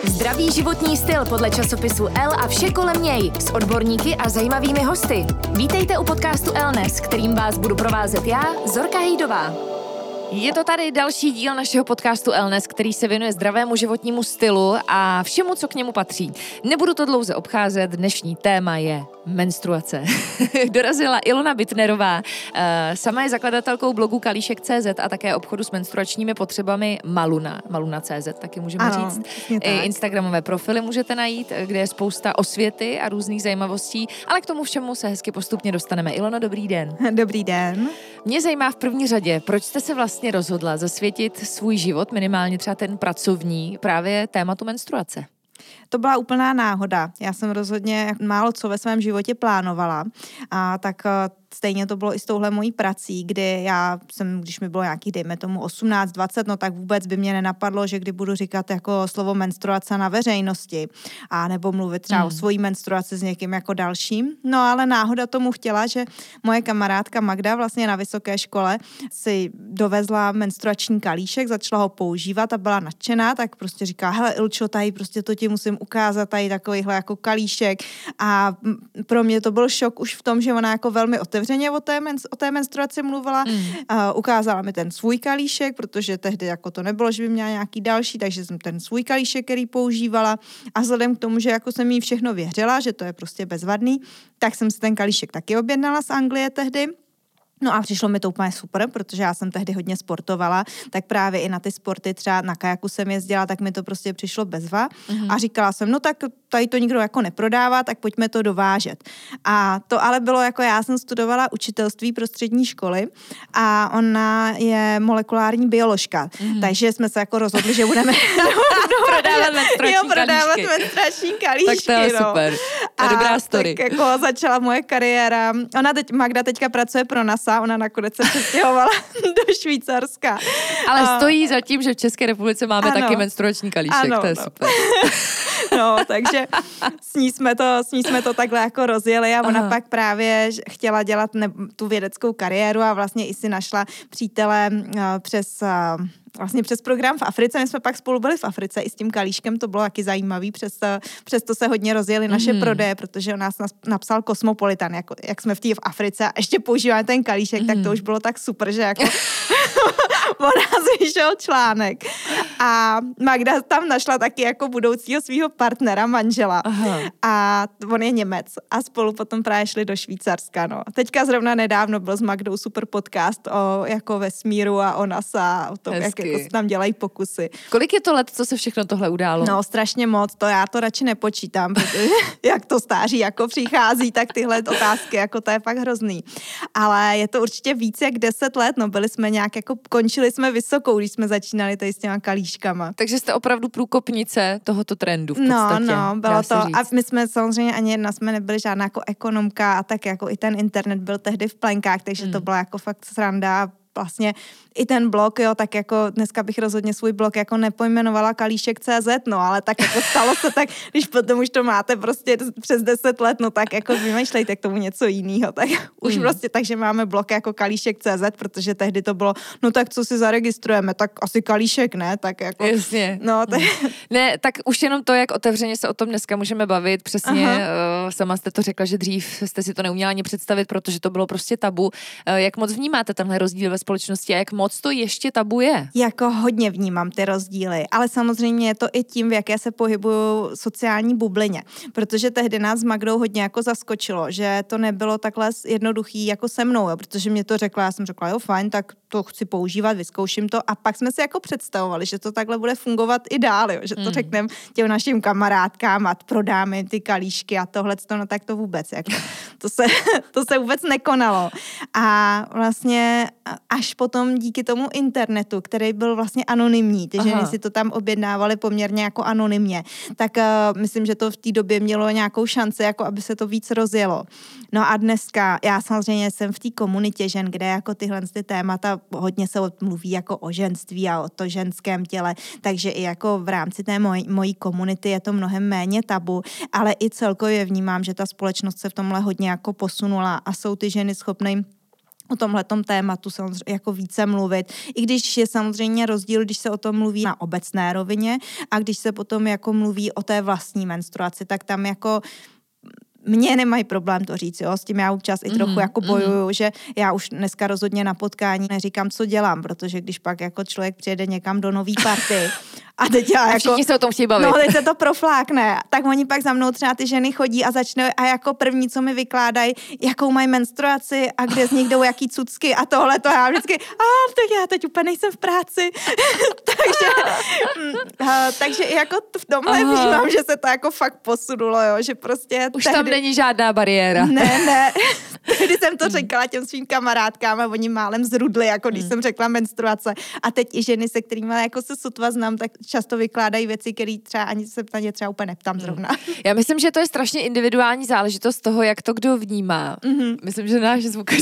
Zdravý životní styl podle časopisu Elle a vše kolem něj s odborníky a zajímavými hosty. Vítejte u podcastu Elnes, kterým vás budu provázet já, Zorka Hejdová. Je to tady další díl našeho podcastu Elnes, který se věnuje zdravému životnímu stylu a všemu, co k němu patří. Nebudu to dlouze obcházet, dnešní téma je menstruace. Dorazila Ilona Bittnerová, sama je zakladatelkou blogu Kalíšek.cz a také obchodu s menstruačními potřebami Maluna.cz, taky můžeme říct. Instagramové profily můžete najít, kde je spousta osvěty a různých zajímavostí, ale k tomu všemu se hezky postupně dostaneme. Ilono, dobrý den. Dobrý den. Mě zajímá v první řadě, proč jste se vlastně rozhodla zasvětit svůj život, minimálně třeba ten pracovní, právě tématu menstruace? To byla úplná náhoda. Já jsem rozhodně málo co ve svém životě plánovala. A tak stejně to bylo i s touhle mojí prací, kdy já jsem, když mi bylo nějakých, dejme tomu 18, 20, no tak vůbec by mě nenapadlo, že kdy budu říkat jako slovo menstruace na veřejnosti a nebo mluvit třeba o svojí menstruaci s někým jako dalším. No ale náhoda tomu chtěla, že moje kamarádka Magda vlastně na vysoké škole si dovezla menstruační kalíšek, začala ho používat a byla nadšená, tak prostě říká, hele Ilčo, tady prostě to ti musím ukázat, tady takovýhle jako kalíšek. A pro mě to byl šok už v tom, že ona jako velmi otevřeně o té menstruaci mluvila. Ukázala mi ten svůj kalíšek, protože tehdy jako to nebylo, že by měla nějaký další, takže jsem ten svůj kalíšek, který používala. A vzhledem k tomu, že jako jsem jí všechno věřila, že to je prostě bezvadný, tak jsem si ten kalíšek taky objednala z Anglie tehdy. No a přišlo mi to úplně super, protože já jsem tehdy hodně sportovala, tak právě i na ty sporty, třeba na kajaku jsem jezdila, tak mi to prostě přišlo bezva. A říkala jsem, no tak tady to nikdo jako neprodává, tak pojďme to dovážet. A to ale bylo jako, já jsem studovala učitelství pro střední školy a ona je molekulární bioložka, takže jsme se jako rozhodli, že budeme prodávat menstruační kalíšky. Tak to je super. To je dobrá story. Tak jako začala moje kariéra. Magda teďka pracuje pro NASA, ona nakonec se přestěhovala do Švýcarska. Ale stojí za tím, že v České republice máme taky menstruační kalíšek, to je super. No, takže s ní jsme to takhle jako rozjeli a ona pak právě chtěla dělat tu vědeckou kariéru a vlastně i si našla přítele přes program v Africe. My jsme pak spolu byli v Africe i s tím kalíškem, to bylo taky zajímavý, přesto se hodně rozjeli naše prodeje, protože on nás napsal Cosmopolitan, jako, jak jsme v Africe a ještě používáme ten kalíšek, tak to už bylo tak super, že jako o nás vyšel článek. A Magda tam našla taky jako budoucího svého partnera, manžela. A on je Němec a spolu potom právě šli do Švýcarska. No. Teďka zrovna nedávno byl s Magdou super podcast o jako vesmíru a o NASA, o tom, jak jako se tam dělají pokusy. Kolik je to let, co se všechno tohle událo? No, strašně moc, já to radši nepočítám, protože jak to stáří jako přichází, tak tyhle otázky, jako to je fakt hrozný. Ale je to určitě víc jak 10 let, no byli jsme nějak jako, končili jsme vysokou, když jsme začínali tady s těma kalíškama. Takže jste opravdu průkopnice tohoto trendu v podstatě. No, bylo to. A my jsme samozřejmě ani jedna jsme nebyli žádná jako ekonomka a tak jako i ten internet byl tehdy v plenkách, takže to byla jako fakt sranda. Vlastně i ten blog, jo, tak jako dneska bych rozhodně svůj blog jako nepojmenovala Kalíšek.cz, no, ale tak jako stalo se tak, když potom už to máte prostě přes 10 let, no tak jako vymýšlejte k tomu něco jiného, tak už prostě, takže máme blog jako Kalíšek.cz, protože tehdy to bylo, no tak co si zaregistrujeme, tak asi Kalíšek, ne, tak jako. Jasně. No, tak. Ne, tak už jenom to, jak otevřeně se o tom dneska můžeme bavit, přesně, sama jste to řekla, že dřív jste si to neuměla ani představit, protože to bylo prostě tabu. Jak moc vnímáte tenhle rozdíl ve společnosti a jak moc to ještě tabu je? Jako hodně vnímám ty rozdíly, ale samozřejmě je to i tím, v jaké se pohybuju sociální bublině, protože tehdy nás s Magdou hodně jako zaskočilo, že to nebylo takhle jednoduchý jako se mnou, jo, protože mě to řekla, já jsem řekla, jo fajn, tak to chci používat, vyzkouším to a pak jsme si jako představovali, že to takhle bude fungovat i dál, jo, že to řekneme těm našim kamarádkám a prodáme ty kalíšky a tohle, no tak to vůbec, jako, to se vůbec nekonalo. A vlastně až potom díky tomu internetu, který byl vlastně anonymní, ty ženy si to tam objednávaly poměrně jako anonymně, tak myslím, že to v té době mělo nějakou šanci, jako aby se to víc rozjelo. No a dneska, já samozřejmě jsem v té komunitě žen, kde jako tyhle ty témata hodně se mluví jako o ženství a o to ženském těle, takže i jako v rámci té mojí komunity je to mnohem méně tabu, ale i celkově vnímám, že ta společnost se v tomhle hodně jako posunula a jsou ty ženy schopné o tomhletom tématu samozřejmě jako více mluvit. I když je samozřejmě rozdíl, když se o tom mluví na obecné rovině a když se potom jako mluví o té vlastní menstruaci, tak tam jako mně nemají problém to říct, jo, s tím já občas i trochu jako bojuju, že já už dneska rozhodně na potkání neříkám, co dělám, protože když pak jako člověk přijede někam do nový party a teď já jako... všichni se o tom chtějí bavit. No, teď se to proflákne, tak oni pak za mnou třeba ty ženy chodí a začnou a jako první, co mi vykládají, jakou mají menstruaci a kde z nich jdou jaký cucky a tohle to já vždycky, tak já teď úplně nejsem v práci. takže jako v tomhle vnímám, že se to jako fakt posunulo, jo, že prostě... Už tehdy... tam není žádná bariéra. Ne. Když jsem to řekla těm svým kamarádkám a oni málem zrudli, jako když jsem řekla menstruace. A teď i ženy, se kterými jako se sotva znám, tak často vykládají věci, které třeba ani se na ně třeba úplně neptám zrovna. Já myslím, že to je strašně individuální záležitost toho, jak to kdo vnímá. Myslím, že náš zvukař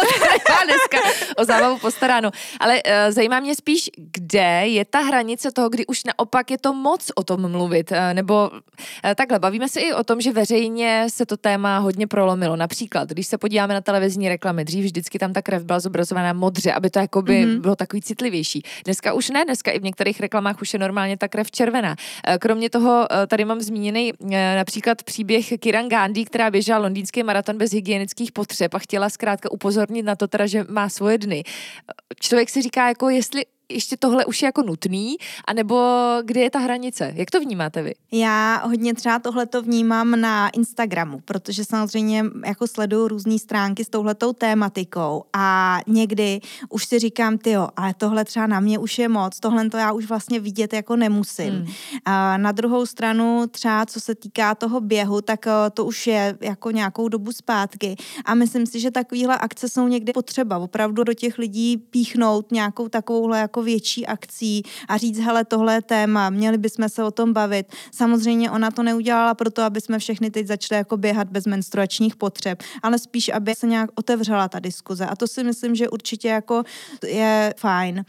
má dneska o zábavu postaráno. Ale zajímá mě spíš, kde je ta hranice toho, kdy už naopak je to moc o tom mluvit. Nebo takhle, bavíme se i o tom, že veřejně se to téma hodně prolomilo. Například, když se podíváme na televizní reklamy, dřív vždycky tam ta krev byla zobrazovaná modře, aby to jakoby bylo takový citlivější. Dneska už ne, dneska i v některých reklamách už je normálně ta krev červená. Kromě toho tady mám zmíněný například příběh Kiran Gandhi, která běžela londýnský maraton bez hygienických potřeb a chtěla zkrátka upozornit na to teda, že má svoje dny. Člověk si říká, jako jestli ještě tohle už je jako nutný, anebo kde je ta hranice? Jak to vnímáte vy? Já hodně třeba tohleto vnímám na Instagramu, protože samozřejmě jako sleduju různý stránky s touhletou tématikou a někdy už si říkám, ale tohle třeba na mě už je moc, tohle to já už vlastně vidět jako nemusím. A na druhou stranu třeba co se týká toho běhu, tak to už je jako nějakou dobu zpátky a myslím si, že takovýhle akce jsou někdy potřeba, opravdu do těch lidí píchnout nějakou takovouhle jako větší akcí a říct, hele, tohle je téma, měli bychom se o tom bavit. Samozřejmě ona to neudělala proto, aby jsme všechny teď začali jako běhat bez menstruačních potřeb, ale spíš, aby se nějak otevřela ta diskuze. A to si myslím, že určitě jako je fajn.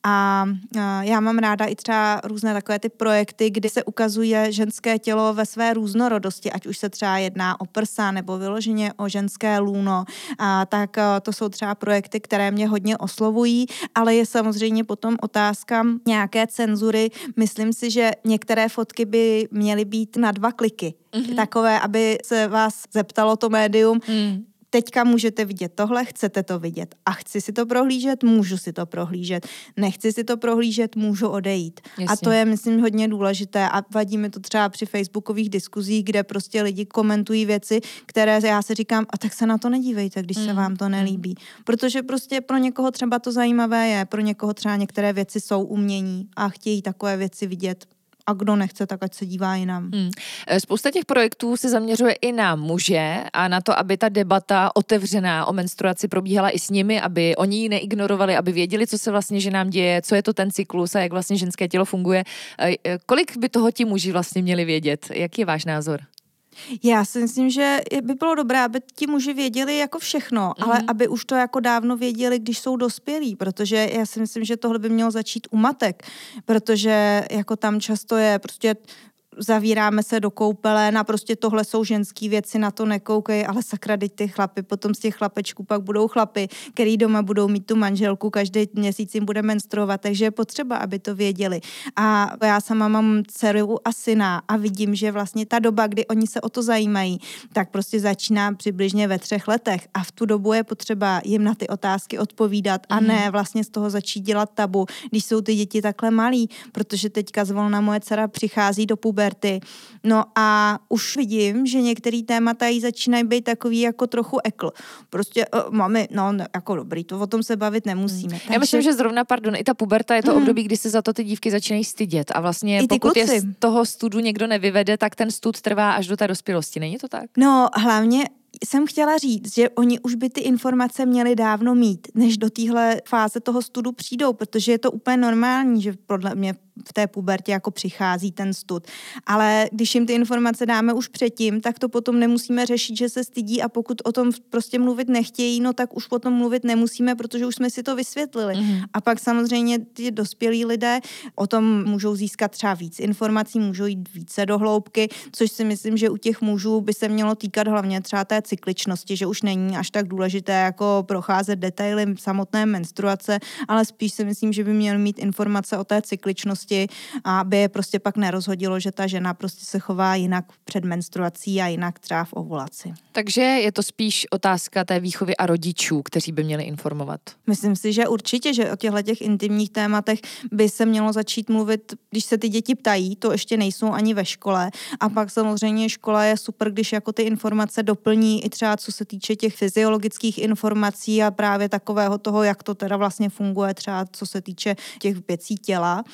A já mám ráda i třeba různé takové ty projekty, kdy se ukazuje ženské tělo ve své různorodosti, ať už se třeba jedná o prsa nebo vyloženě o ženské lůno, tak to jsou třeba projekty, které mě hodně oslovují, ale je samozřejmě potom otázka nějaké cenzury. Myslím si, že některé fotky by měly být na 2 kliky. Takové, aby se vás zeptalo to médium, teďka můžete vidět tohle, chcete to vidět. A chci si to prohlížet, můžu si to prohlížet. Nechci si to prohlížet, můžu odejít. Jasně. A to je, myslím, hodně důležité. A vadí mi to třeba při facebookových diskuzích, kde prostě lidi komentují věci, které já si říkám, a tak se na to nedívejte, když se vám to nelíbí. Protože prostě pro někoho třeba to zajímavé je, pro někoho třeba některé věci jsou umění a chtějí takové věci vidět. A kdo nechce, tak ať se dívá jinam. Spousta těch projektů se zaměřuje i na muže a na to, aby ta debata otevřená o menstruaci probíhala i s nimi, aby oni ji neignorovali, aby věděli, co se vlastně ženám děje, co je to ten cyklus a jak vlastně ženské tělo funguje. Kolik by toho ti muži vlastně měli vědět? Jaký je váš názor? Já si myslím, že by bylo dobré, aby ti muži věděli jako všechno, ale aby už to jako dávno věděli, když jsou dospělí, protože já si myslím, že tohle by mělo začít u matek, protože jako tam často je prostě zavíráme se do koupele, a prostě tohle jsou ženský věci, na to nekoukej, ale sakra, teď ty chlapy, potom z těch chlapečků pak budou chlapy, který doma budou mít tu manželku, každý měsíc jim bude menstruovat, takže je potřeba, aby to věděli. A já sama mám dceru a syna a vidím, že vlastně ta doba, kdy oni se o to zajímají, tak prostě začíná přibližně ve 3 letech a v tu dobu je potřeba jim na ty otázky odpovídat a ne vlastně z toho začít dělat tabu, když jsou ty děti takhle malí, protože teďka zvolna moje dcera přichází do puberty. No a už vidím, že některý témata jí začínají být takový jako trochu ekl. Prostě, mami, no jako dobrý, to o tom se bavit nemusíme. Takže... Já myslím, že zrovna, i ta puberta je to období, kdy se za to ty dívky začínají stydět a vlastně pokud je z toho studu někdo nevyvede, tak ten stud trvá až do té dospělosti. Není to tak? No, hlavně jsem chtěla říct, že oni už by ty informace měli dávno mít, než do téhle fáze toho studu přijdou, protože je to úplně normální, že podle mě v té pubertě jako přichází ten stud. Ale když jim ty informace dáme už předtím, tak to potom nemusíme řešit, že se stydí a pokud o tom prostě mluvit nechtějí, no tak už o tom mluvit nemusíme, protože už jsme si to vysvětlili. A pak samozřejmě ty dospělí lidé o tom můžou získat třeba víc informací, můžou jít více do hloubky, což si myslím, že u těch mužů by se mělo týkat hlavně třeba té cykličnosti, že už není až tak důležité jako procházet detaily samotné menstruace, ale spíš si myslím, že by měl mít informace o té cykličnosti, aby je prostě pak nerozhodilo, že ta žena prostě se chová jinak před menstruací a jinak třeba v ovulaci. Takže je to spíš otázka té výchovy a rodičů, kteří by měli informovat. Myslím si, že určitě, že o těch intimních tématech by se mělo začít mluvit, když se ty děti ptají, to ještě nejsou ani ve škole. A pak samozřejmě škola je super, když jako ty informace doplní i třeba co se týče těch fyziologických informací a právě takového toho, jak to teda vlastně funguje, třeba co se týče těch věcí těla,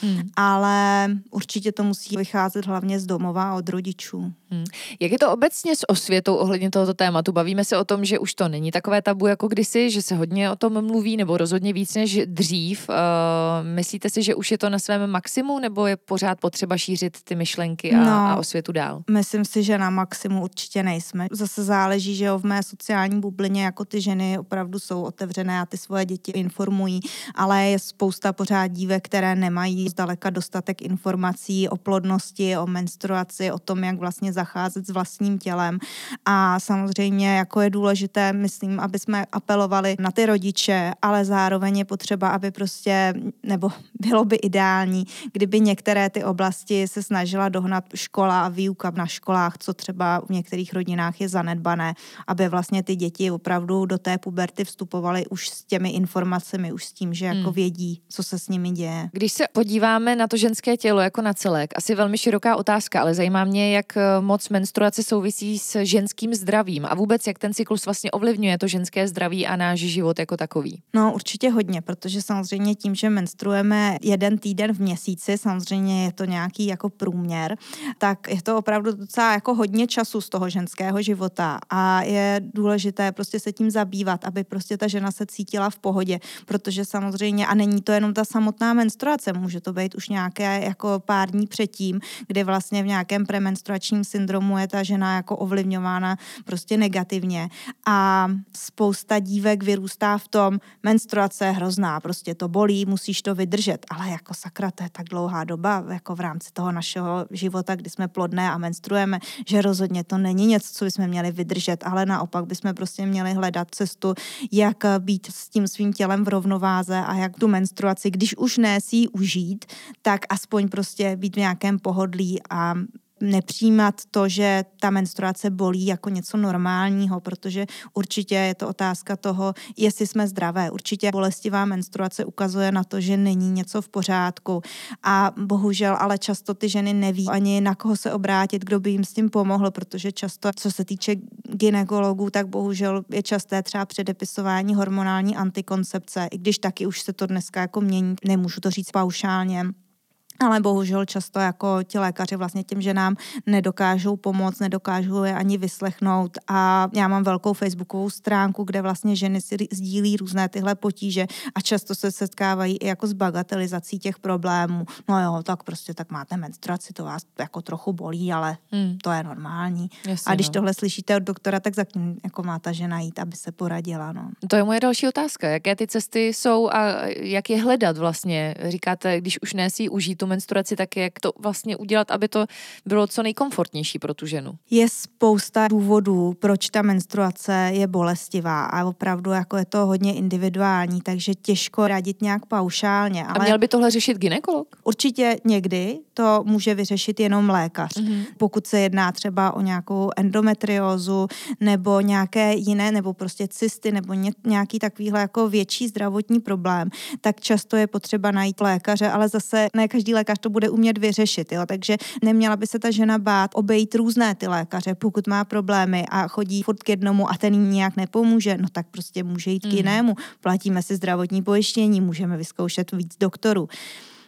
ale určitě to musí vycházet hlavně z domova a od rodičů. Jak je to obecně s osvětou ohledně tohoto tématu? Bavíme se o tom, že už to není takové tabu jako kdysi, že se hodně o tom mluví, nebo rozhodně víc než dřív. Myslíte si, že už je to na svém maximu, nebo je pořád potřeba šířit ty myšlenky a osvětu dál? Myslím si, že na maximu určitě nejsme. Zase záleží, že v mé sociální bublině jako ty ženy opravdu jsou otevřené a ty svoje děti informují, ale je spousta pořád dívek, které nemají zdaleka dostatek informací o plodnosti, o menstruaci, o tom, jak vlastně zacházet s vlastním tělem. A samozřejmě jako je důležité, myslím, aby jsme apelovali na ty rodiče, ale zároveň je potřeba, aby prostě, nebo bylo by ideální, kdyby některé ty oblasti se snažila dohnat škola a výuka na školách, co třeba v některých rodinách je zanedbané, aby vlastně ty děti opravdu do té puberty vstupovaly už s těmi informacemi, už s tím, že jako vědí, co se s nimi děje. Když se podíváme na to ženské tělo jako na celek, asi velmi široká otázka, ale zajímá mě, jak moc menstruace souvisí s ženským zdravím a vůbec jak ten cyklus vlastně ovlivňuje to ženské zdraví a náš život jako takový. No určitě hodně, protože samozřejmě tím, že menstruujeme 1 týden v měsíci, samozřejmě je to nějaký jako průměr, tak je to opravdu docela jako hodně času z toho ženského života a je důležité prostě se tím zabývat, aby prostě ta žena se cítila v pohodě, protože samozřejmě, a není to jenom ta samotná menstruace, může to být už nějaké jako pár dní předtím, kdy vlastně v nějakém premenstruačním syndromu je ta žena jako ovlivňována prostě negativně a spousta dívek vyrůstá v tom, menstruace je hrozná, prostě to bolí, musíš to vydržet, ale jako sakra, to je tak dlouhá doba jako v rámci toho našeho života, kdy jsme plodné a menstruujeme, že rozhodně to není něco, co bychom měli vydržet, ale naopak bychom prostě měli hledat cestu, jak být s tím svým tělem v rovnováze a jak tu menstruaci, když už ne si ji užít, tak aspoň prostě být v nějakém pohodlí a nepřijímat to, že ta menstruace bolí jako něco normálního, protože určitě je to otázka toho, jestli jsme zdravé. Určitě bolestivá menstruace ukazuje na to, že není něco v pořádku a bohužel ale často ty ženy neví ani na koho se obrátit, kdo by jim s tím pomohl, protože často, co se týče gynekologů, tak bohužel je časté třeba předepisování hormonální antikoncepce, i když taky už se to dneska jako mění, nemůžu to říct paušálně. Ale bohužel často jako ti lékaři vlastně těm ženám nedokážou pomoct, nedokážou je ani vyslechnout a já mám velkou facebookovou stránku, kde vlastně ženy si sdílí různé tyhle potíže a často se setkávají i jako s bagatelizací těch problémů. No jo, tak prostě tak máte menstruaci, to vás jako trochu bolí, ale to je normální. Jasně, a když tohle slyšíte od doktora, tak za kým jako má ta žena jít, aby se poradila. No. To je moje další otázka. Jaké ty cesty jsou a jak je hledat vlastně? Říkáte, když už ne si užít tu menstruaci, tak jak to vlastně udělat, aby to bylo co nejkomfortnější pro tu ženu? Je spousta důvodů, proč ta menstruace je bolestivá a opravdu jako je to hodně individuální, takže těžko radit nějak paušálně. Ale a měl by tohle řešit gynekolog? Určitě někdy to může vyřešit jenom lékař. Pokud se jedná třeba o nějakou endometriózu nebo nějaké jiné, nebo prostě cysty nebo nějaký takovýhle jako větší zdravotní problém, tak často je potřeba najít lékaře, ale zase ne každý lékař to bude umět vyřešit, jo? Takže neměla by se ta žena bát obejít různé ty lékaře, pokud má problémy a chodí furt k jednomu a ten jí nějak nepomůže, no tak prostě může jít k jinému. Platíme si zdravotní pojištění, můžeme vyzkoušet víc doktorů.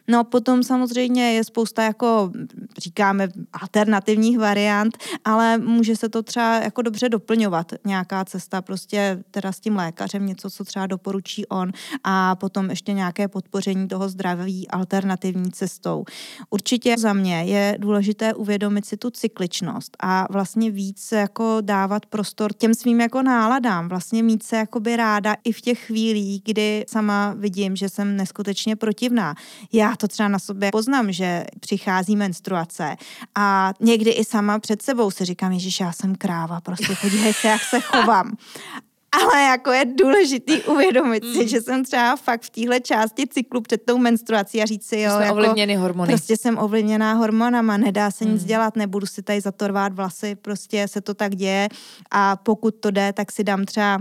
No potom samozřejmě je spousta jako, říkáme, alternativních variant, ale může se to třeba jako dobře doplňovat. Nějaká cesta prostě teda s tím lékařem, něco, co třeba doporučí on a potom ještě nějaké podpoření toho zdraví alternativní cestou. Určitě za mě je důležité uvědomit si tu cykličnost a vlastně víc jako dávat prostor těm svým jako náladám, vlastně mít se jakoby ráda i v těch chvílích, kdy sama vidím, že jsem neskutečně protivná. Já to třeba na sobě poznám, že přichází menstruace a někdy i sama před sebou si říkám, ježiš, já jsem kráva, prostě podívej se, jak se chovám. Ale jako je důležitý uvědomit si, že jsem třeba fakt v téhle části cyklu před tou menstruací a říct si, jo, jako ovlivněný hormony. Prostě jsem ovlivněná hormonama, nedá se nic dělat, nebudu si tady zatorvát vlasy, prostě se to tak děje a pokud to jde, tak si dám třeba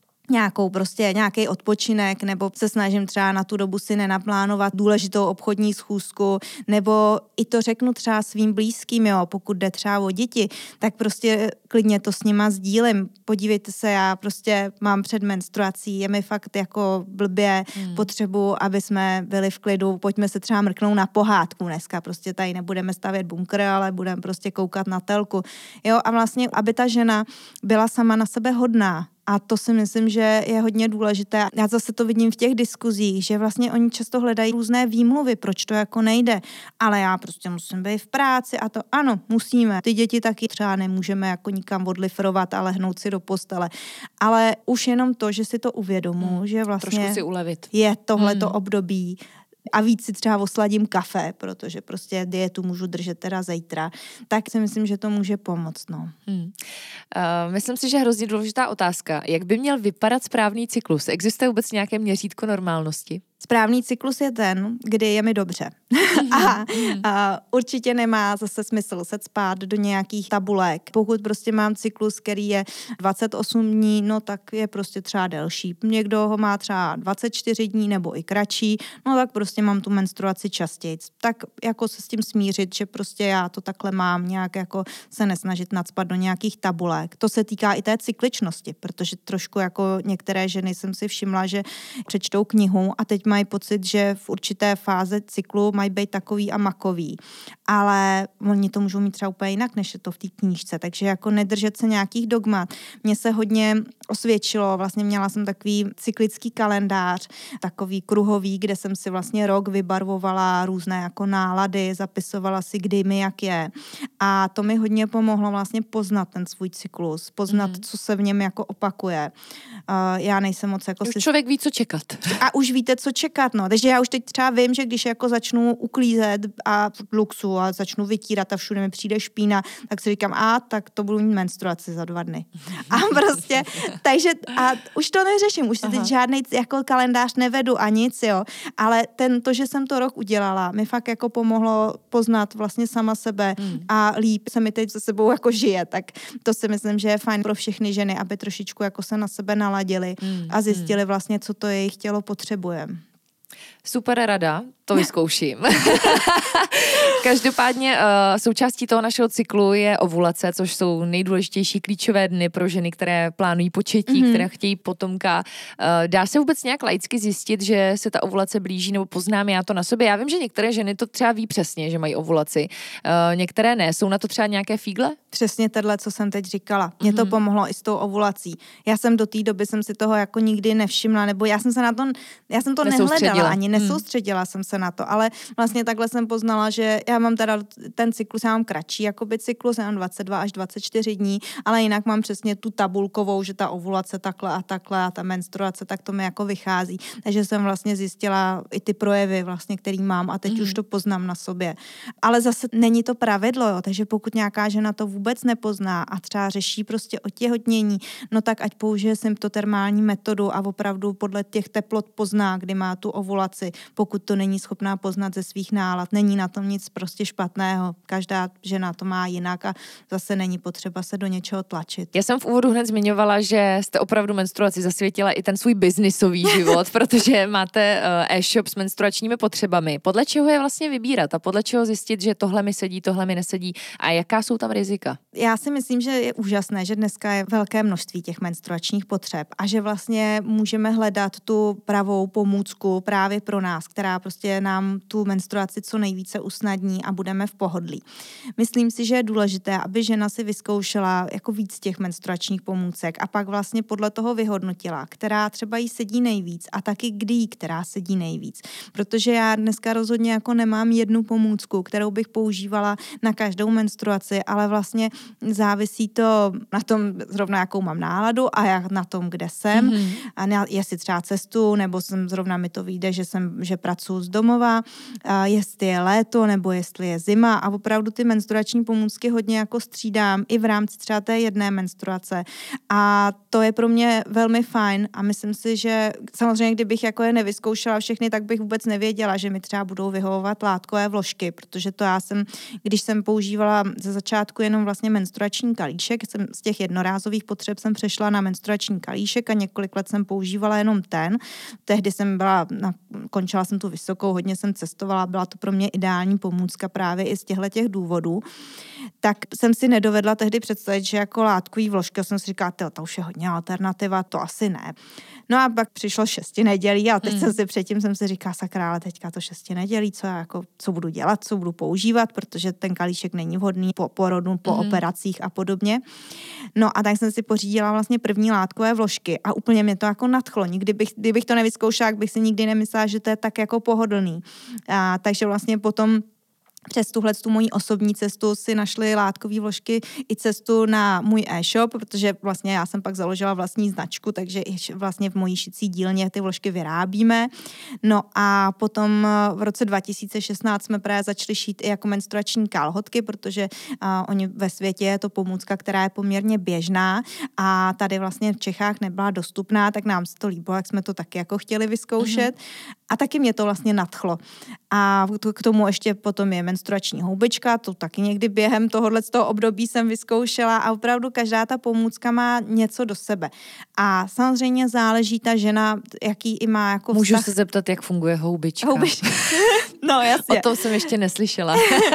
nějaký odpočinek, nebo se snažím třeba na tu dobu si nenaplánovat důležitou obchodní schůzku, nebo i to řeknu třeba svým blízkým, jo, pokud jde třeba o děti, tak prostě klidně to s nima sdílím. Podívejte se, já prostě mám před menstruací, je mi fakt jako blbě, potřebuji, aby jsme byli v klidu, pojďme se třeba mrknout na pohádku dneska, prostě tady nebudeme stavět bunkr, ale budeme prostě koukat na telku, jo, a vlastně, aby ta žena byla sama na sebe hodná. A to si myslím, že je hodně důležité. Já zase to vidím v těch diskuzích, že vlastně oni často hledají různé výmluvy, proč to jako nejde. Ale já prostě musím být v práci a to ano, musíme. Ty děti taky třeba nemůžeme jako nikam odlifrovat a lehnout si do postele. Ale už jenom to, že si to uvědomuji, že vlastně trošku si ulevit. Je tohleto období, a víc si třeba osladím kafe, protože prostě dietu můžu držet teda zítra, tak si myslím, že to může pomoct. No. Myslím si, že hrozně důležitá otázka. Jak by měl vypadat správný cyklus? Existuje vůbec nějaké měřítko normálnosti? Správný cyklus je ten, kdy je mi dobře. a určitě nemá zase smysl se cpát do nějakých tabulek. Pokud prostě mám cyklus, který je 28 dní, no tak je prostě třeba delší. Někdo ho má třeba 24 dní nebo i kratší, no tak prostě mám tu menstruaci častěji. Tak jako se s tím smířit, že prostě já to takhle mám, nějak jako se nesnažit nacpat do nějakých tabulek. To se týká i té cykličnosti, protože trošku jako některé ženy jsem si všimla, že přečtou knihu a teď mají pocit, že v určité fáze cyklu mají být takový a makový. Ale oni to můžou mít třeba úplně jinak, než je to v té knížce. Takže jako nedržet se nějakých dogmat. Mně se hodně osvědčilo, vlastně měla jsem takový cyklický kalendář, takový kruhový, kde jsem si vlastně rok vybarvovala různé jako nálady, zapisovala si, kdy mi jak je. A to mi hodně pomohlo vlastně poznat ten svůj cyklus, poznat, co se v něm jako opakuje. Já nejsem moc jako... Už člověk ví, co čekat. A už víte, co čekat, no. Takže já už teď třeba vím, že když jako začnu uklízet a v luxu a začnu vytírat a všude mi přijde špína, tak si říkám, tak to budu mít menstruaci za 2 dny. A prostě, takže a už to neřeším, už si teď žádnej jako kalendář nevedu a nic, jo. Ale to, že jsem to rok udělala, mi fakt jako pomohlo poznat vlastně sama sebe a líp se mi teď se sebou jako žije, tak to si myslím, že je fajn pro všechny ženy, aby trošičku jako se na sebe naladili a zjistili vlastně, co to jejich tělo potřebuje. Super rada, to vyzkouším. Každopádně součástí toho našeho cyklu je ovulace, což jsou nejdůležitější klíčové dny pro ženy, které plánují početí, které chtějí potomka. Dá se vůbec nějak laicky zjistit, že se ta ovulace blíží, nebo poznám já to na sobě? Já vím, že některé ženy to třeba ví přesně, že mají ovulaci. Některé ne. Jsou na to třeba nějaké fígle? Přesně tohle, co jsem teď říkala. Mně to pomohlo i s tou ovulací. Já jsem do té doby jsem si toho jako nikdy nevšimla, nebo já jsem to nehledala, ani nesoustředila jsem se na to, ale vlastně takhle jsem poznala, že já mám teda ten cyklus, já mám kratší jakoby cyklus, já mám 22 až 24 dní, ale jinak mám přesně tu tabulkovou, že ta ovulace takhle a ta menstruace, tak to mi jako vychází. Takže jsem vlastně zjistila i ty projevy vlastně, který mám a teď už to poznám na sobě. Ale zase není to pravidlo, jo, takže pokud nějaká žena to vůbec nepozná a třeba řeší prostě otěhotnění, no tak ať použije symptotermální metodu a opravdu podle těch teplot pozná, kdy má tu ovulaci, pokud to není schopná poznat ze svých nálad. Není na tom nic prostě špatného. Každá žena to má jinak a zase není potřeba se do něčeho tlačit. Já jsem v úvodu hned zmiňovala, že jste opravdu menstruaci zasvětila i ten svůj biznisový život, protože máte e-shop s menstruačními potřebami. Podle čeho je vlastně vybírat a podle čeho zjistit, že tohle mi sedí, tohle mi nesedí a jaká jsou tam rizika? Já si myslím, že je úžasné, že dneska je velké množství těch menstruačních potřeb a že vlastně můžeme hledat tu pravou pomůcku právě pro nás, která prostě nám tu menstruaci co nejvíce usnadní a budeme v pohodlí. Myslím si, že je důležité, aby žena si vyzkoušela jako víc těch menstruačních pomůcek a pak vlastně podle toho vyhodnotila, která třeba jí sedí nejvíc a taky kdy jí která sedí nejvíc. Protože já dneska rozhodně jako nemám jednu pomůcku, kterou bych používala na každou menstruaci, ale vlastně závisí to na tom zrovna, jakou mám náladu a jak na tom, kde jsem. A jestli třeba cestu, nebo zrovna mi to vyjde, že pracuji z domova, jestli je léto, nebo jestli je zima a opravdu ty menstruační pomůcky hodně jako střídám i v rámci třeba té jedné menstruace. A to je pro mě velmi fajn a myslím si, že samozřejmě, kdybych jako je nevyzkoušela všechny, tak bych vůbec nevěděla, že mi třeba budou vyhovovat látkové vložky, protože to když jsem používala ze začátku jenom vlastně menstruační kalíšek, z těch jednorázových potřeb jsem přešla na menstruační kalíšek a několik let jsem používala jenom ten. Tehdy končila jsem tu vysokou, hodně jsem cestovala, byla to pro mě ideální pomůcka právě i z těch důvodů. Tak jsem si nedovedla tehdy představit, že jako látkový vložky, jsem si říkala, to už je hodně alternativa, to asi ne. No a pak přišlo 6 nedělí a teď předtím jsem si říkala, sakra, ale teďka to 6 nedělí, co budu dělat, co budu používat, protože ten kalíšek není vhodný po porodu, po operacích a podobně. No a tak jsem si pořídila vlastně první látkové vložky a úplně mě to jako nadchlo. Kdybych to nevyzkoušela, bych si nikdy nemyslela, že to je tak jako pohodlný. Takže vlastně potom přes tu moji osobní cestu si našli látkové vložky i cestu na můj e-shop, protože vlastně já jsem pak založila vlastní značku, takže i vlastně v mojí šicí dílně ty vložky vyrábíme. No a potom v roce 2016 jsme právě začali šít i jako menstruační kalhotky, protože oni ve světě je to pomůcka, která je poměrně běžná a tady vlastně v Čechách nebyla dostupná, tak nám se to líbilo, jak jsme to taky jako chtěli vyzkoušet. A taky mě to vlastně nadchlo. A k tomu ještě potom je menstruační houbička, to taky někdy během toho období jsem vyzkoušela a opravdu každá ta pomůcka má něco do sebe. A samozřejmě záleží ta žena, jaký i má jako Můžu vztah. se zeptat, jak funguje houbička? No jasně. O tom jsem ještě neslyšela.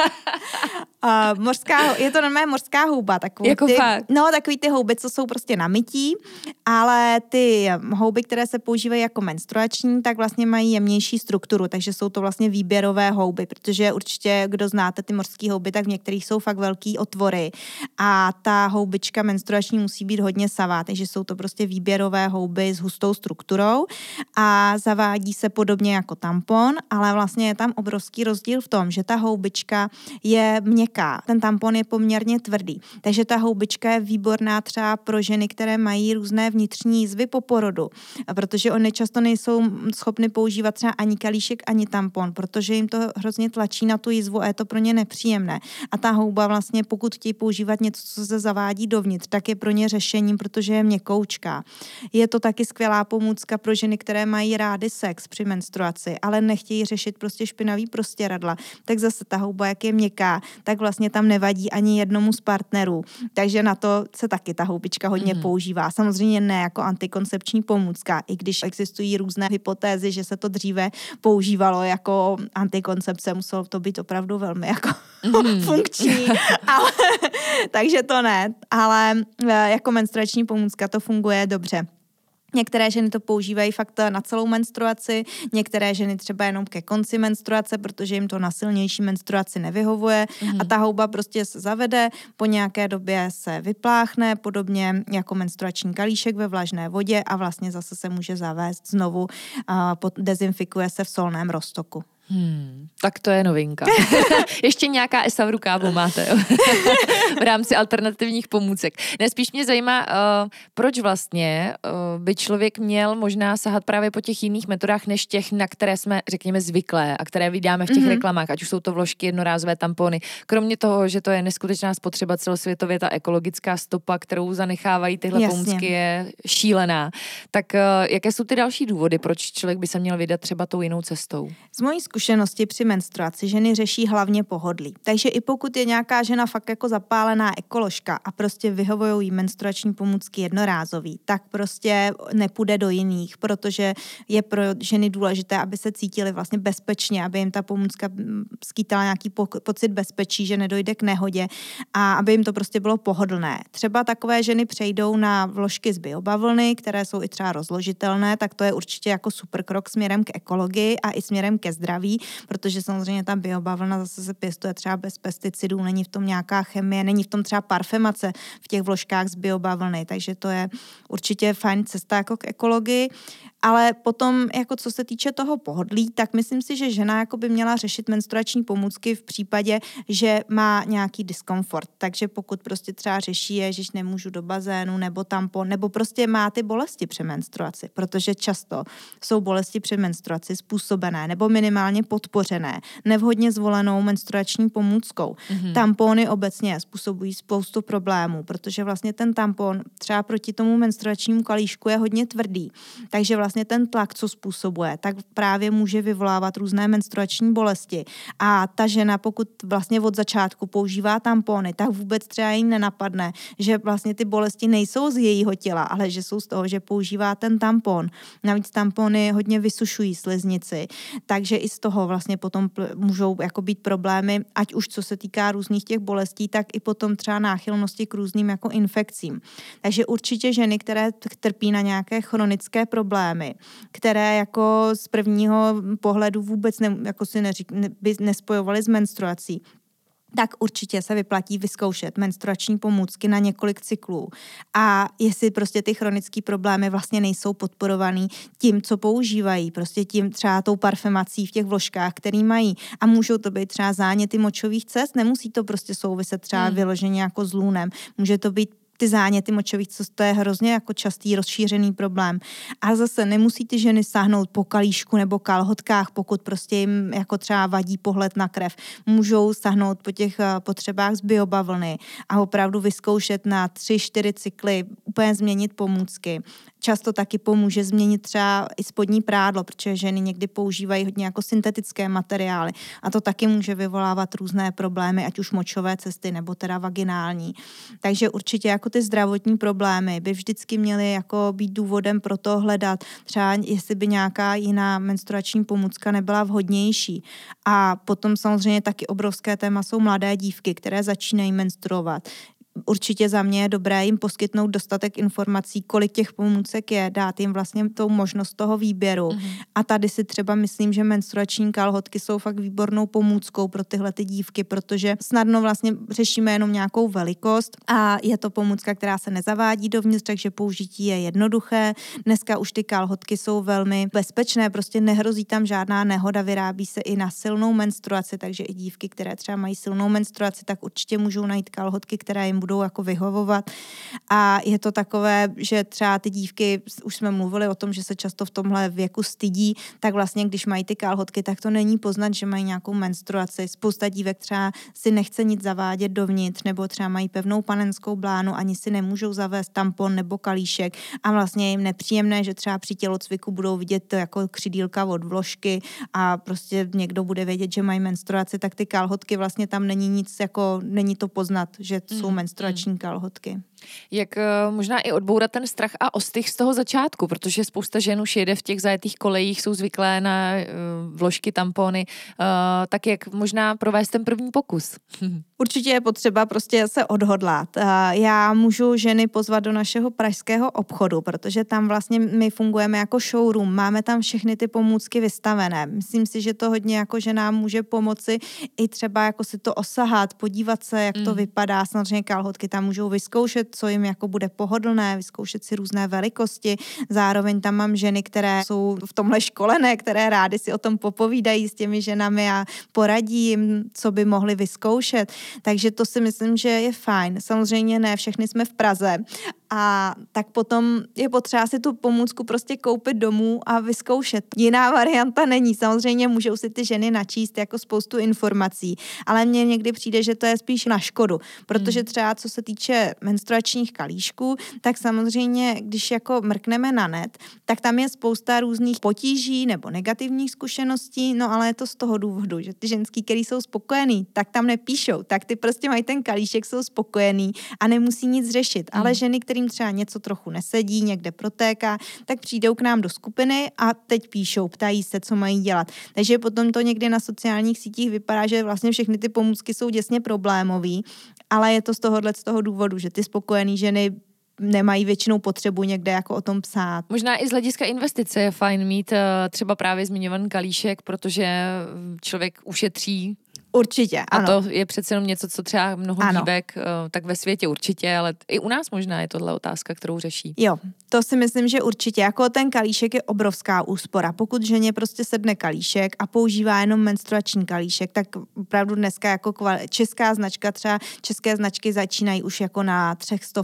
Je to normálně mořská houba. Takový ty houby, co jsou prostě na mytí, ale ty houby, které se používají jako menstruační, tak vlastně mají jemnější strukturu, takže jsou to vlastně výběrové houby, protože určitě, kdo znáte ty mořské houby, tak v některých jsou fakt velký otvory a ta houbička menstruační musí být hodně savá, takže jsou to prostě výběrové houby s hustou strukturou a zavádí se podobně jako tampon, ale vlastně je tam obrovský rozdíl v tom, že ta houbička je měkká, ten tampon je poměrně tvrdý, takže ta houbička je výborná třeba pro ženy, které mají různé vnitřní jizvy po porodu, protože oni často nejsou schopny používat třeba ani kalíšek, ani tampon, protože jim to hrozně tlačí na tu jizvu a je to pro ně nepříjemné. A ta houba vlastně, pokud chtějí používat něco, co se zavádí dovnitř, tak je pro ně řešením, protože je měkoučká. Je to taky skvělá pomůcka pro ženy, které mají rády sex při menstruaci, ale nechtějí řešit prostě špinavý prostěradla. Tak zase ta houba, jak je měkká, tak vlastně tam nevadí ani jednomu z partnerů. Takže na to se taky ta houbička hodně používá. Samozřejmě ne jako antikoncepční pomůcka, i když existují různé hypotézy, že se to dříve používalo jako antikoncepce, muselo to být opravdu velmi jako funkční, takže to ne, ale jako menstruační pomůcka to funguje dobře. Některé ženy to používají fakt na celou menstruaci, některé ženy třeba jenom ke konci menstruace, protože jim to na silnější menstruaci nevyhovuje a ta houba prostě se zavede, po nějaké době se vypláchne, podobně jako menstruační kalíšek ve vlažné vodě a vlastně zase se může zavést znovu, dezinfikuje se v solném roztoku. Tak to je novinka. Ještě nějaká esa v rukávu máte v rámci alternativních pomůcek. Spíš mě zajímá, proč vlastně by člověk měl možná sahat právě po těch jiných metodách, než těch, na které jsme, řekněme, zvyklé a které vydáme v těch reklamách, ať už jsou to vložky, jednorázové tampony. Kromě toho, že to je neskutečná spotřeba celosvětově, ta ekologická stopa, kterou zanechávají tyhle pomůcky, je šílená. Tak jaké jsou ty další důvody, proč člověk by se měl vydat třeba tou jinou cestou? Z mojí zkušenosti při menstruaci ženy řeší hlavně pohodlí. Takže i pokud je nějaká žena fakt jako zapálená ekoložka a prostě vyhovují jí menstruační pomůcky jednorázový, tak prostě nepůjde do jiných, protože je pro ženy důležité, aby se cítily vlastně bezpečně, aby jim ta pomůcka skýtala nějaký pocit bezpečí, že nedojde k nehodě a aby jim to prostě bylo pohodlné. Třeba takové ženy přejdou na vložky z biobavlny, které jsou i třeba rozložitelné, tak to je určitě jako super krok směrem k ekologii a i směrem ke zdraví, protože samozřejmě ta biobavlna zase se pěstuje třeba bez pesticidů, není v tom nějaká chemie, není v tom třeba parfemace v těch vložkách z biobavlny, takže to je určitě fajn cesta jako k ekologii. Ale potom, jako co se týče toho pohodlí, tak myslím si, že žena jako by měla řešit menstruační pomůcky v případě, že má nějaký diskomfort. Takže pokud prostě třeba řeší, že nemůžu do bazénu nebo tampon, nebo prostě má ty bolesti při menstruaci, protože často jsou bolesti při menstruaci způsobené nebo minimálně podpořené nevhodně zvolenou menstruační pomůckou. Tampony obecně způsobují spoustu problémů, protože vlastně ten tampon třeba proti tomu menstruačnímu kalíšku je hodně tvrdý. Takže vlastně ten tlak, co způsobuje, tak právě může vyvolávat různé menstruační bolesti. A ta žena, pokud vlastně od začátku používá tampony, tak vůbec třeba jí nenapadne, že vlastně ty bolesti nejsou z jejího těla, ale že jsou z toho, že používá ten tampon. Navíc tampony hodně vysušují sliznici, takže i z toho vlastně potom můžou jako být problémy, ať už co se týká různých těch bolestí, tak i potom třeba náchylnosti k různým jako infekcím. Takže určitě ženy, které trpí na nějaké chronické problémy, které jako z prvního pohledu vůbec by nespojovaly s menstruací, tak určitě se vyplatí vyzkoušet menstruační pomůcky na několik cyklů. A jestli prostě ty chronické problémy vlastně nejsou podporovaný tím, co používají, prostě tím třeba tou parfemací v těch vložkách, který mají. A můžou to být třeba záněty močových cest, nemusí to prostě souviset třeba vyloženě jako s lůnem. Může to být ty záněty močových cest, to je hrozně jako častý rozšířený problém. A zase nemusí ty ženy sáhnout po kalíšku nebo kalhotkách, pokud prostě jim jako třeba vadí pohled na krev. Můžou sáhnout po těch potřebách z biobavlny a opravdu vyzkoušet na 3-4 cykly úplně změnit pomůcky. Často taky pomůže změnit třeba i spodní prádlo, protože ženy někdy používají hodně jako syntetické materiály a to taky může vyvolávat různé problémy, ať už močové cesty nebo teda vaginální. Takže určitě jako ty zdravotní problémy by vždycky měly jako být důvodem pro to hledat třeba, jestli by nějaká jiná menstruační pomůcka nebyla vhodnější. A potom samozřejmě taky obrovské téma jsou mladé dívky, které začínají menstruovat. Určitě za mě je dobré jim poskytnout dostatek informací, kolik těch pomůcek je, dát jim vlastně tou možnost toho výběru. A tady si třeba myslím, že menstruační kalhotky jsou fakt výbornou pomůckou pro tyhle ty dívky, protože snadno vlastně řešíme jenom nějakou velikost a je to pomůcka, která se nezavádí dovnitř, takže použití je jednoduché. Dneska už ty kalhotky jsou velmi bezpečné, prostě nehrozí tam žádná nehoda, vyrábí se i na silnou menstruaci, takže i dívky, které třeba mají silnou menstruaci, tak určitě můžou najít kalhotky, které jim budou jako vyhovovat. A je to takové, že třeba ty dívky, už jsme mluvili o tom, že se často v tomhle věku stydí, tak vlastně, když mají ty kalhotky, tak to není poznat, že mají nějakou menstruaci. Spousta dívek třeba si nechce nic zavádět dovnitř, nebo třeba mají pevnou panenskou blánu, ani si nemůžou zavést tampon nebo kalíšek a vlastně je jim nepříjemné, že třeba při tělocviku budou vidět to jako křidílka od vložky a prostě někdo bude vědět, že mají menstruaci, tak ty kalhotky vlastně tam není nic, jako není to poznat, že jsou menstruační kalhotky. Jak možná i odbourat ten strach a ostych z toho začátku, protože spousta žen už jede v těch zajetých kolejích, jsou zvyklé na vložky, tampony, tak jak možná provést ten první pokus? Určitě je potřeba prostě se odhodlat. Já můžu ženy pozvat do našeho pražského obchodu, protože tam vlastně my fungujeme jako showroom, máme tam všechny ty pomůcky vystavené. Myslím si, že to hodně jako ženám může pomoci i třeba jako si to osahat, podívat se, jak to vypadá. Samozřejmě kalhotky tam můžou vyzkoušet, co jim jako bude pohodlné, vyzkoušet si různé velikosti. Zároveň tam mám ženy, které jsou v tomhle školené, které rády si o tom popovídají s těmi ženami a poradí jim, co by mohli vyzkoušet. Takže to si myslím, že je fajn. Samozřejmě ne, všechny jsme v Praze a tak potom je potřeba si tu pomůcku prostě koupit domů a vyzkoušet. Jiná varianta není. Samozřejmě můžou si ty ženy načíst jako spoustu informací, ale mně někdy přijde, že to je spíš na škodu, protože třeba co se týče menstruačních kalíšků, tak samozřejmě, když jako mrkneme na net, tak tam je spousta různých potíží nebo negativních zkušeností, no ale je to z toho důvodu, že ty ženský, který jsou spokojený, tak tam nepíšou, tak ty prostě mají ten kalíšek, jsou spokojený a nemusí nic řešit, ale ženy, kterým třeba něco trochu nesedí, někde protéká, tak přijdou k nám do skupiny a teď píšou, ptají se, co mají dělat. Takže potom to někdy na sociálních sítích vypadá, že vlastně všechny ty pomůcky jsou děsně problémový, ale je to z toho důvodu, že ty spokojený ženy nemají většinou potřebu někde jako o tom psát. Možná i z hlediska investice je fajn mít třeba právě zmiňovaný kalíšek, protože člověk ušetří. Určitě, ano. A to je přece jenom něco, co třeba mnoho dívek, tak ve světě určitě, ale i u nás možná je tohle otázka, kterou řeší. Jo, to si myslím, že určitě. Jako ten kalíšek je obrovská úspora. Pokud ženě prostě sedne kalíšek a používá jenom menstruační kalíšek, tak opravdu dneska jako česká značka, třeba české značky začínají už jako na 300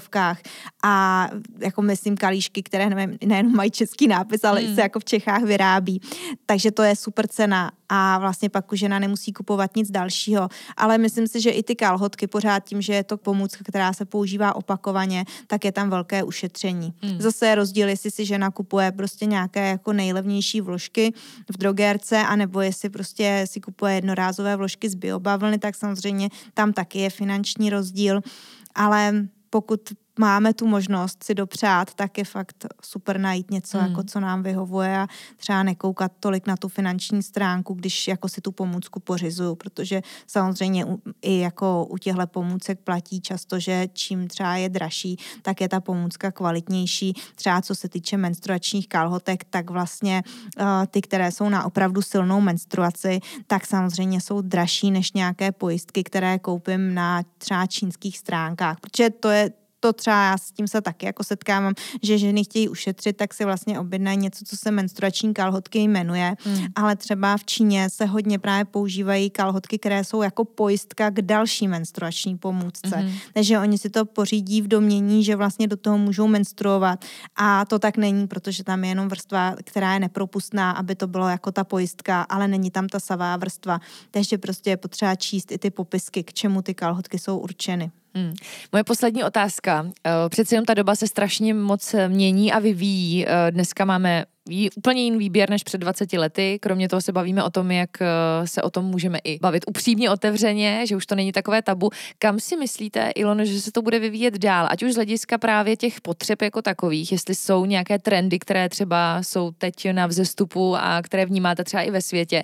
a jako myslím kalíšky, které nejenom mají český nápis, ale se jako v Čechách vyrábí. Takže to je super cena a vlastně pak už žena nemusí kupovat nic dalšího. Ale myslím si, že i ty kalhotky pořád tím, že je to pomůcka, která se používá opakovaně, tak je tam velké ušetření. Zase je rozdíl, jestli si žena kupuje prostě nějaké jako nejlevnější vložky v drogérce, anebo jestli prostě si kupuje jednorázové vložky z biobavlny, tak samozřejmě tam taky je finanční rozdíl. Ale pokud máme tu možnost si dopřát, tak je fakt super najít něco, jako co nám vyhovuje a třeba nekoukat tolik na tu finanční stránku, když jako si tu pomůcku pořizuju, protože samozřejmě i jako u těchto pomůcek platí často, že čím třeba je dražší, tak je ta pomůcka kvalitnější. Třeba co se týče menstruačních kalhotek, tak vlastně ty, které jsou na opravdu silnou menstruaci, tak samozřejmě jsou dražší než nějaké pojistky, které koupím na třeba čínských stránkách, protože to třeba já s tím se taky jako setkávám, že ženy chtějí ušetřit, tak si vlastně objednají něco, co se menstruační kalhotky jmenuje, ale třeba v Číně se hodně právě používají kalhotky, které jsou jako pojistka k další menstruační pomůcce. Takže oni si to pořídí v domnění, že vlastně do toho můžou menstruovat a to tak není, protože tam je jenom vrstva, která je nepropustná, aby to bylo jako ta pojistka, ale není tam ta savá vrstva. Takže prostě je potřeba číst i ty popisky, k čemu ty kalhotky jsou určeny. Moje poslední otázka. Přece jenom ta doba se strašně moc mění a vyvíjí. Dneska máme úplně jiný výběr než před 20 lety. Kromě toho se bavíme o tom, jak se o tom můžeme i bavit upřímně, otevřeně, že už to není takové tabu. Kam si myslíte, Ilono, že se to bude vyvíjet dál? Ať už z hlediska právě těch potřeb jako takových, jestli jsou nějaké trendy, které třeba jsou teď na vzestupu a které vnímáte třeba i ve světě.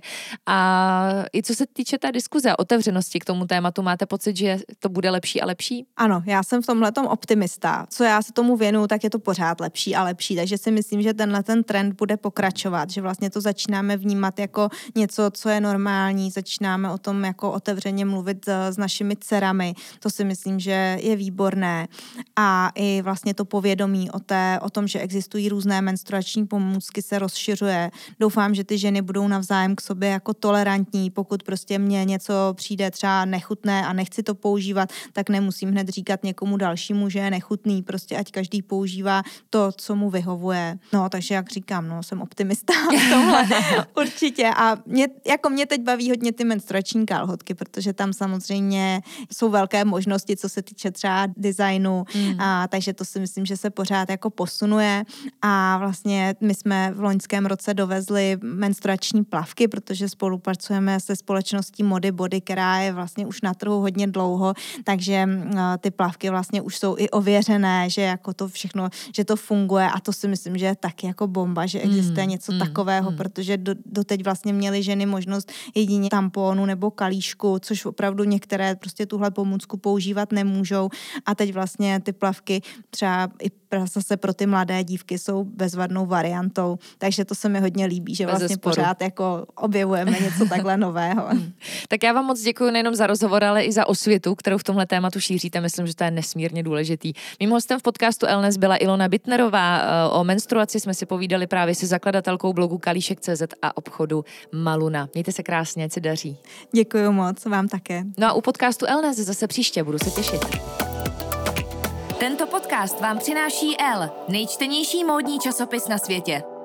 A i co se týče té diskuze a otevřenosti k tomu tématu, máte pocit, že to bude lepší a lepší? Ano, já jsem v tomhletom optimista. Co já se tomu věnuju, tak je to pořád lepší a lepší. Takže si myslím, že ten trend bude pokračovat, že vlastně to začínáme vnímat jako něco, co je normální, začínáme o tom jako otevřeně mluvit s našimi dcerami. To si myslím, že je výborné. A i vlastně to povědomí o tom, že existují různé menstruační pomůcky, se rozšiřuje. Doufám, že ty ženy budou navzájem k sobě jako tolerantní. Pokud prostě mně něco přijde třeba nechutné a nechci to používat, tak nemusím hned říkat někomu dalšímu, že je nechutný. Prostě ať každý používá to, co mu vyhovuje. No, takže jak říkám, jsem optimista v tomhle určitě. A mě teď baví hodně ty menstruační kalhotky, protože tam samozřejmě jsou velké možnosti, co se týče třeba designu, takže to si myslím, že se pořád jako posunuje. A vlastně my jsme v loňském roce dovezli menstruační plavky, protože spolupracujeme se společností Mody Body, která je vlastně už na trhu hodně dlouho, takže ty plavky vlastně už jsou i ověřené, že jako to všechno, že to funguje a to si myslím, že je taky jako bomba, že existuje něco takového, protože doteď vlastně měly ženy možnost jedině tamponu nebo kalíšku, což opravdu některé prostě tuhle pomůcku používat nemůžou a teď vlastně ty plavky třeba i zase pro ty mladé dívky jsou bezvadnou variantou, takže to se mi hodně líbí, že vlastně pořád jako objevujeme něco takhle nového. Tak já vám moc děkuji nejenom za rozhovor, ale i za osvětu, kterou v tomhle tématu šíříte. Myslím, že to je nesmírně důležitý. Mým hostem v podcastu Elnes byla Ilona Bittnerová. O menstruaci jsme si povídali právě se zakladatelkou blogu Kalíšek.cz a obchodu Maluna. Mějte se krásně, ať se daří. Děkuji moc, vám také. No a u podcastu Elnes zase příště, budu se těšit. Tento podcast vám přináší Elle, nejčtenější módní časopis na světě.